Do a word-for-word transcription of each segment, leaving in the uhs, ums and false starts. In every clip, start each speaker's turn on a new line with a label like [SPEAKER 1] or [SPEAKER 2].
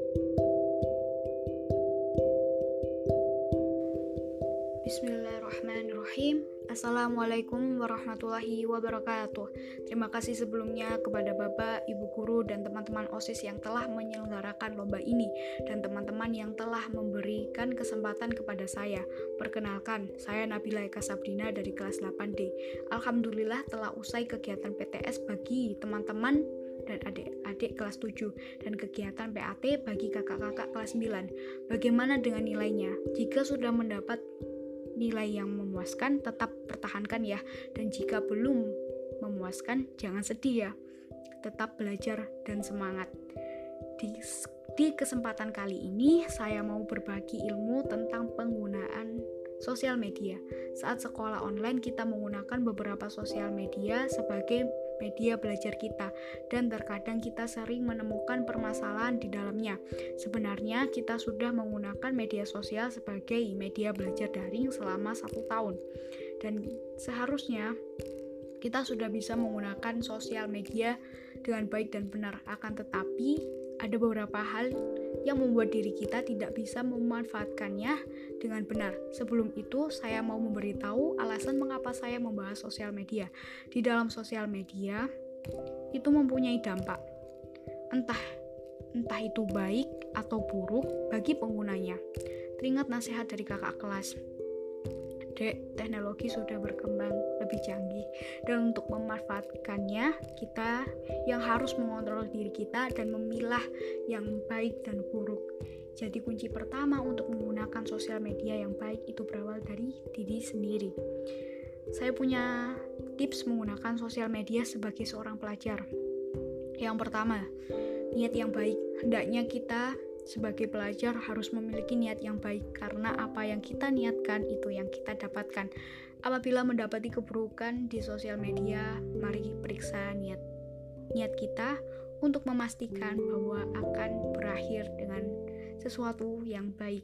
[SPEAKER 1] Bismillahirrahmanirrahim. Assalamualaikum warahmatullahi wabarakatuh. Terima kasih sebelumnya kepada Bapak, Ibu Guru, dan teman-teman OSIS yang telah menyelenggarakan lomba ini dan teman-teman yang telah memberikan kesempatan kepada saya. Perkenalkan, saya Nabila Eka Sabrina dari kelas delapan D. Alhamdulillah telah usai kegiatan P T S bagi teman-teman dan adik-adik kelas tujuh dan kegiatan P A T bagi kakak-kakak kelas sembilan. Bagaimana dengan nilainya? Jika sudah mendapat nilai yang memuaskan, tetap pertahankan ya. Dan jika belum memuaskan, jangan sedih ya. Tetap belajar dan semangat. Di, di kesempatan kali ini, saya mau berbagi ilmu tentang penggunaan sosial media. Saat sekolah online, kita menggunakan beberapa sosial media sebagai media belajar kita, dan terkadang kita sering menemukan permasalahan di dalamnya. Sebenarnya kita sudah menggunakan media sosial sebagai media belajar daring selama satu tahun, dan seharusnya kita sudah bisa menggunakan sosial media dengan baik dan benar. Akan tetapi ada beberapa hal yang membuat diri kita tidak bisa memanfaatkannya dengan benar. Sebelum itu, saya mau memberitahu alasan mengapa saya membahas sosial media. Di dalam sosial media, itu mempunyai dampak. Entah entah itu baik atau buruk bagi penggunanya. Teringat nasihat dari kakak kelas. Dek, teknologi sudah berkembang lebih canggih, dan untuk memanfaatkannya, kita yang harus mengontrol diri kita dan memilah yang baik dan buruk. Jadi kunci pertama untuk menggunakan sosial media yang baik itu berawal dari diri sendiri. Saya punya tips menggunakan sosial media sebagai seorang pelajar. Yang pertama, niat yang baik. Hendaknya kita sebagai pelajar harus memiliki niat yang baik, karena apa yang kita niatkan itu yang kita dapatkan. Apabila mendapati keburukan di sosial media, mari periksa niat niat kita untuk memastikan bahwa akan berakhir dengan sesuatu yang baik.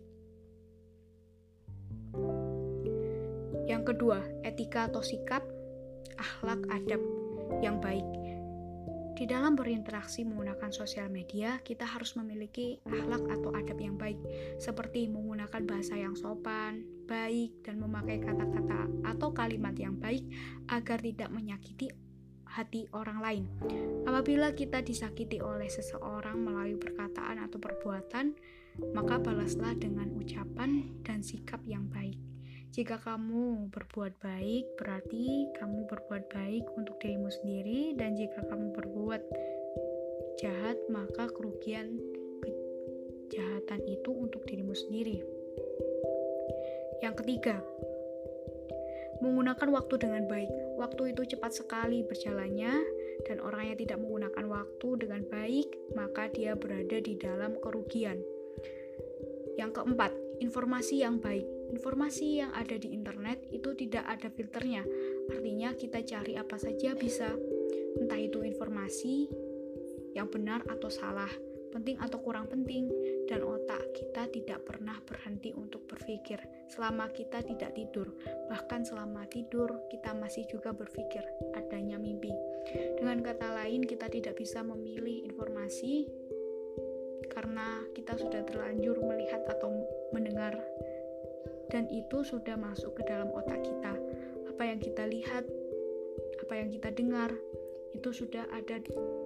[SPEAKER 1] Yang kedua, etika atau sikap, akhlak adab yang baik. Di dalam berinteraksi menggunakan sosial media, kita harus memiliki akhlak atau adab yang baik, seperti menggunakan bahasa yang sopan, baik, dan memakai kata-kata atau kalimat yang baik agar tidak menyakiti hati orang lain. Apabila kita disakiti oleh seseorang melalui perkataan atau perbuatan, maka balaslah dengan ucapan dan sikap yang baik. Jika kamu berbuat baik, berarti kamu berbuat baik untuk dirimu sendiri, dan jika kamu berbuat jahat, maka kerugian kejahatan itu untuk dirimu sendiri. Yang ketiga, menggunakan waktu dengan baik. Waktu itu cepat sekali berjalannya, dan orang yang tidak menggunakan waktu dengan baik, maka dia berada di dalam kerugian. Yang keempat, informasi yang baik. Informasi yang ada di internet itu tidak ada filternya, artinya kita cari apa saja bisa, entah itu informasi yang benar atau salah, penting atau kurang penting, dan otak kita tidak pernah berhenti untuk berpikir selama kita tidak tidur. Bahkan selama tidur kita masih juga berpikir, adanya mimpi. Dengan kata lain, kita tidak bisa memilih informasi karena kita sudah terlanjur melihat atau mendengar, dan itu sudah masuk ke dalam otak kita. Apa yang kita lihat, apa yang kita dengar, itu sudah ada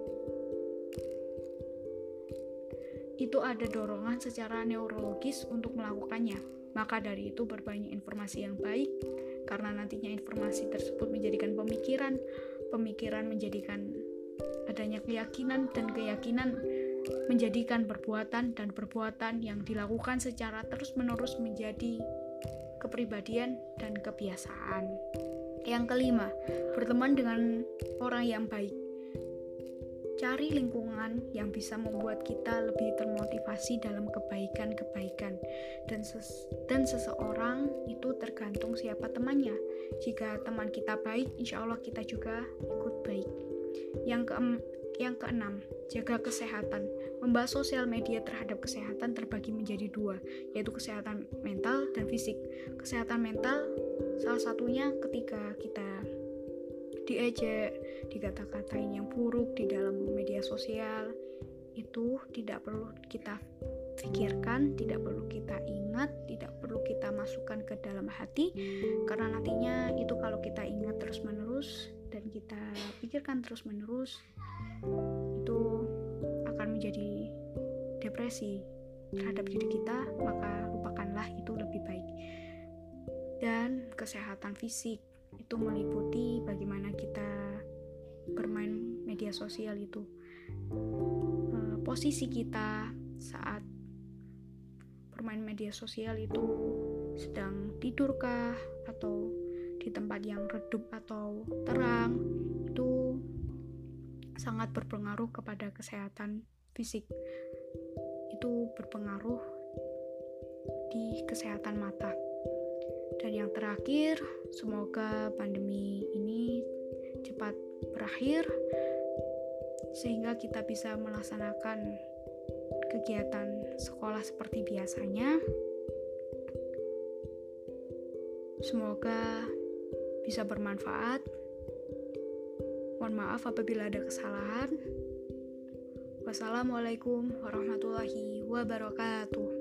[SPEAKER 1] itu ada dorongan secara neurologis untuk melakukannya. Maka dari itu berbanyak informasi yang baik, karena nantinya informasi tersebut menjadikan pemikiran, pemikiran menjadikan adanya keyakinan, dan keyakinan menjadikan perbuatan, dan perbuatan yang dilakukan secara terus-menerus menjadi kepribadian dan kebiasaan. Yang kelima, berteman dengan orang yang baik. Cari lingkungan yang bisa membuat kita lebih termotivasi dalam kebaikan-kebaikan, dan ses- dan seseorang itu tergantung siapa temannya. Jika teman kita baik, insya Allah kita juga ikut baik. Yang ke- yang keenam, jaga kesehatan. Membahas sosial media terhadap kesehatan terbagi menjadi dua, yaitu kesehatan mental dan fisik. Kesehatan mental salah satunya ketika kita diejek, dikata-katain yang buruk di dalam media sosial, itu tidak perlu kita pikirkan, tidak perlu kita ingat, tidak perlu kita masukkan ke dalam hati, karena nantinya itu kalau kita ingat terus-menerus dan kita pikirkan terus-menerus, itu akan menjadi depresi terhadap diri kita, maka lupakanlah, itu lebih baik. Dan kesehatan fisik itu meliputi bagaimana kita bermain media sosial itu, e, posisi kita saat bermain media sosial itu sedang tidurkah atau di tempat yang redup atau terang, itu sangat berpengaruh kepada kesehatan fisik. Itu berpengaruh di kesehatan mata. Dan yang terakhir, semoga pandemi ini cepat berakhir sehingga kita bisa melaksanakan kegiatan sekolah seperti biasanya. Semoga bisa bermanfaat. Mohon maaf apabila ada kesalahan. Wassalamualaikum warahmatullahi wabarakatuh.